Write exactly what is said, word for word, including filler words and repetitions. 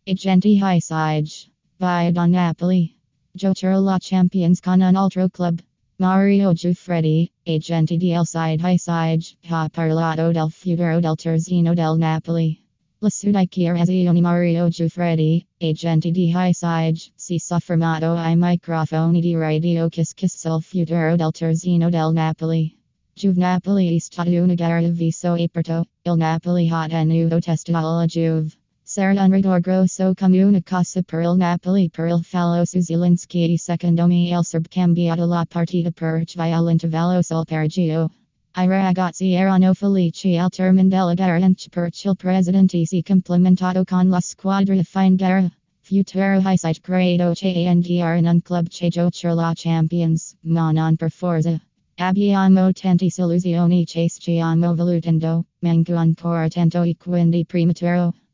Agenti Highside. Via Napoli. Giocherò la Champions con un altro club. Mario Giuffretti, agenti del side Highside, ha parlato del futuro del terzino del Napoli. La dichiarazione Mario Giuffretti, agenti di Highside, si soffermato ai microfoni di radio Kiss Kiss sul futuro del terzino del Napoli. Juve Napoli è stata una gara viso aperto, il Napoli ha tenuto testa alla Juve. Sarà un rigor grosso come una cosa per il Napoli per il fallo su Zielinski e secondo me il Serb cambiato la partita perché all'intervallo sul pareggio. I ragazzi erano felici al termine della gara anche perché il presidente si complimentato con la squadra fin gara. Futuro Highside credo che andare in un club che giocherà la Champions, ma non per forza. Abbiamo tante soluzioni che stiamo valutando, manco ancora tanto e quindi prematuro.